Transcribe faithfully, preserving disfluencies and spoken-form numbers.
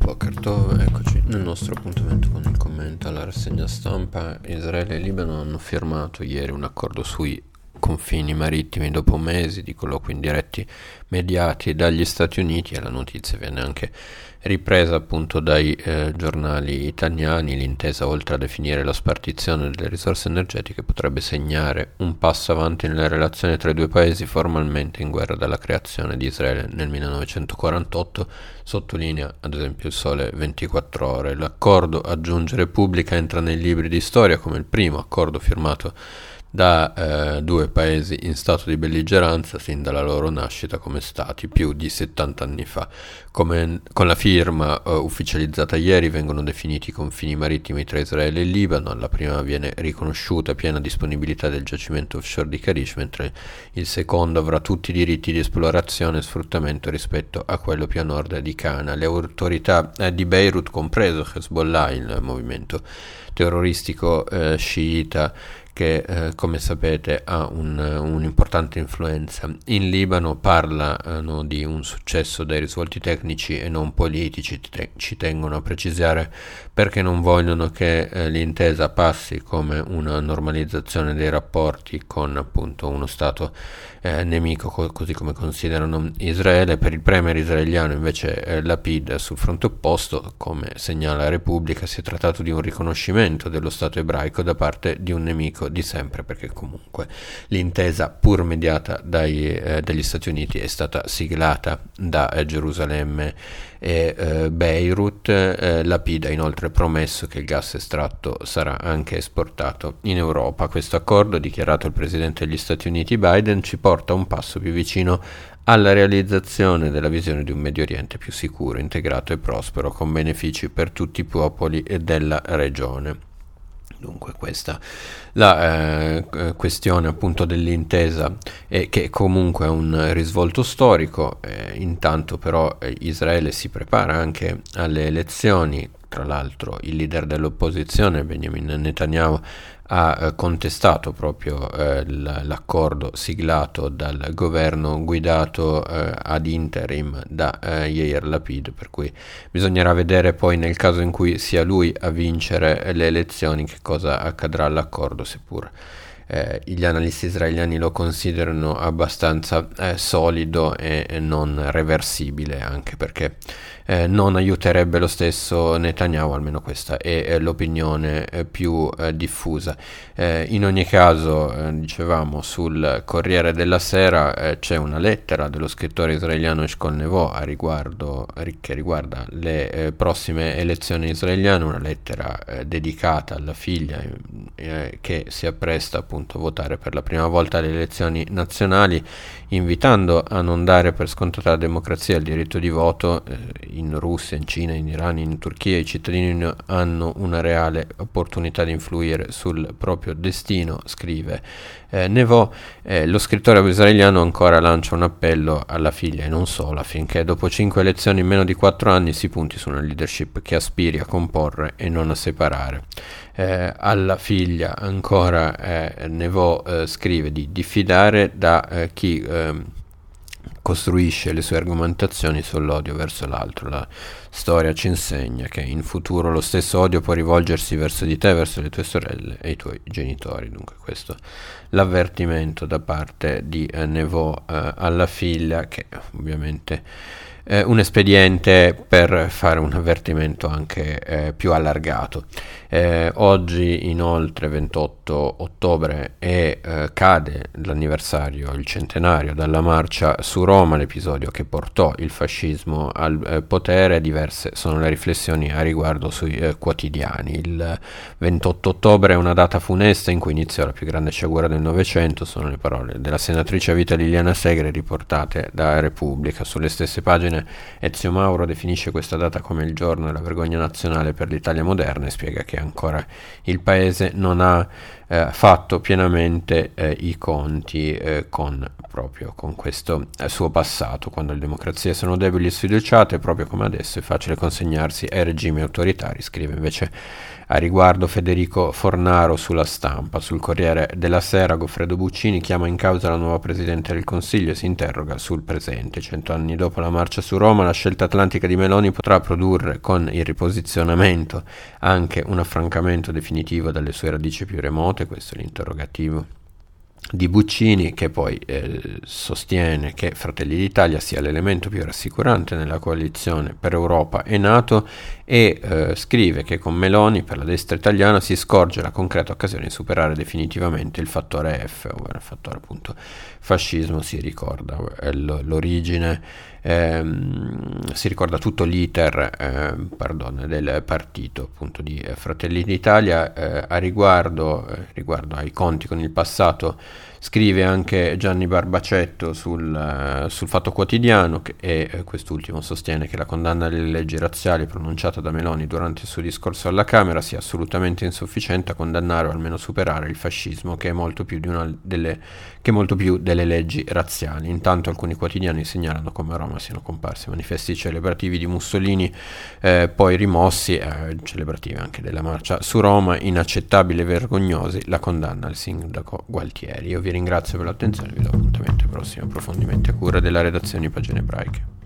Boker Tov, eccoci nel nostro appuntamento con il commento alla rassegna stampa. Israele e Libano hanno firmato ieri un accordo sui confini marittimi dopo mesi di colloqui indiretti mediati dagli Stati Uniti, e la notizia viene anche ripresa appunto dai eh, giornali italiani. L'intesa, oltre a definire la spartizione delle risorse energetiche, potrebbe segnare un passo avanti nelle relazioni tra i due paesi formalmente in guerra dalla creazione di Israele nel millenovecentoquarantotto, sottolinea ad esempio il Sole ventiquattro Ore. L'accordo, aggiunge Repubblica, entra nei libri di storia come il primo accordo firmato da eh, due paesi in stato di belligeranza sin dalla loro nascita come stati più di settanta anni fa. Come, con la firma eh, ufficializzata ieri vengono definiti i confini marittimi tra Israele e Libano. Alla prima viene riconosciuta piena disponibilità del giacimento offshore di Karish, mentre il secondo avrà tutti i diritti di esplorazione e sfruttamento rispetto a quello più a nord di Cana. Le autorità eh, di Beirut, compreso Hezbollah, il movimento terroristico eh, sciita che eh, come sapete ha un, un'importante influenza in Libano, parlano di un successo dai risvolti tecnici e non politici. Te- ci tengono a precisare perché non vogliono che eh, l'intesa passi come una normalizzazione dei rapporti con appunto uno stato eh, nemico, co- così come considerano Israele. Per il premier israeliano invece eh, Lapid sul fronte opposto, come segnala Repubblica, si è trattato di un riconoscimento dello stato ebraico da parte di un nemico di sempre, perché comunque l'intesa, pur mediata dai, eh, dagli Stati Uniti, è stata siglata da eh, Gerusalemme e eh, Beirut. eh, Lapid ha inoltre promesso che il gas estratto sarà anche esportato in Europa. Questo accordo, dichiarato il presidente degli Stati Uniti Biden, ci porta un passo più vicino alla realizzazione della visione di un Medio Oriente più sicuro, integrato e prospero, con benefici per tutti i popoli della regione. Dunque questa la eh, questione appunto dell'intesa, eh, che comunque è un risvolto storico. Eh, intanto però eh, Israele si prepara anche alle elezioni. Tra l'altro il leader dell'opposizione Benjamin Netanyahu ha eh, contestato proprio eh, l- l'accordo siglato dal governo guidato eh, ad interim da eh, Yair Lapid, per cui bisognerà vedere poi, nel caso in cui sia lui a vincere le elezioni, che cosa accadrà all'accordo, seppur Eh, gli analisti israeliani lo considerano abbastanza eh, solido e, e non reversibile, anche perché eh, non aiuterebbe lo stesso Netanyahu, almeno questa è, è l'opinione eh, più eh, diffusa. Eh, in ogni caso, eh, dicevamo, sul Corriere della Sera eh, c'è una lettera dello scrittore israeliano Eshkol Nevo a riguardo, che riguarda le eh, prossime elezioni israeliane, una lettera eh, dedicata alla figlia eh, che si appresta appunto a votare per la prima volta alle elezioni nazionali, invitando a non dare per scontata la democrazia e il diritto di voto. Eh, in Russia, in Cina, in Iran, in Turchia i cittadini hanno una reale opportunità di influire sul proprio destino, scrive eh, Nevo. Eh, lo scrittore israeliano ancora lancia un appello alla figlia, e non solo, affinché dopo cinque elezioni in meno di quattro anni si punti su una leadership che aspiri a comporre e non a separare. Eh, alla figlia ancora eh, Nevo eh, scrive di diffidare da eh, chi eh, costruisce le sue argomentazioni sull'odio verso l'altro. La storia ci insegna che in futuro lo stesso odio può rivolgersi verso di te, verso le tue sorelle e i tuoi genitori. Dunque questo l'avvertimento da parte di eh, Nevo eh, alla figlia, che ovviamente è un espediente per fare un avvertimento anche eh, più allargato. Eh, oggi inoltre ventotto ottobre e eh, cade l'anniversario, il centenario dalla marcia su Roma, l'episodio che portò il fascismo al eh, potere. Diverse sono le riflessioni a riguardo sui eh, quotidiani. Il ventotto ottobre è una data funesta in cui iniziò la più grande sciagura del Novecento, sono le parole della senatrice a vita Liliana Segre riportate da Repubblica. Sulle stesse pagine Ezio Mauro definisce questa data come il giorno della vergogna nazionale per l'Italia moderna e spiega che ancora il paese non ha eh, fatto pienamente eh, i conti eh, con proprio con questo eh, suo passato. Quando le democrazie sono deboli e sfiduciate, proprio come adesso, è facile consegnarsi ai regimi autoritari, scrive invece a riguardo Federico Fornaro sulla Stampa. Sul Corriere della Sera Goffredo Buccini chiama in causa la nuova Presidente del Consiglio e si interroga sul presente. Cento anni dopo la marcia marcia su Roma, la scelta atlantica di Meloni potrà produrre con il riposizionamento anche un affrancamento definitivo dalle sue radici più remote? Questo è l'interrogativo di Buccini, che poi eh, sostiene che Fratelli d'Italia sia l'elemento più rassicurante nella coalizione per Europa e NATO, e eh, scrive che con Meloni per la destra italiana si scorge la concreta occasione di superare definitivamente il fattore F, ovvero il fattore appunto fascismo. Si ricorda eh, l'origine, ehm, si ricorda tutto l'iter eh, pardon, del partito appunto di eh, Fratelli d'Italia. Eh, a riguardo, eh, riguardo ai conti con il passato, scrive anche Gianni Barbacetto sul, uh, sul Fatto Quotidiano, che, e eh, quest'ultimo sostiene che la condanna delle leggi razziali pronunciata da Meloni durante il suo discorso alla Camera sia assolutamente insufficiente a condannare o almeno superare il fascismo, che è molto più, di una delle, che è molto più delle leggi razziali. Intanto alcuni quotidiani segnalano come a Roma siano comparsi manifesti celebrativi di Mussolini, eh, poi rimossi, eh, celebrativi anche della marcia su Roma, inaccettabili e vergognosi, la condanna al sindaco Gualtieri. Io vi ringrazio per l'attenzione e vi do appuntamento ai prossimi approfondimenti a cura della redazione di Pagine Ebraiche.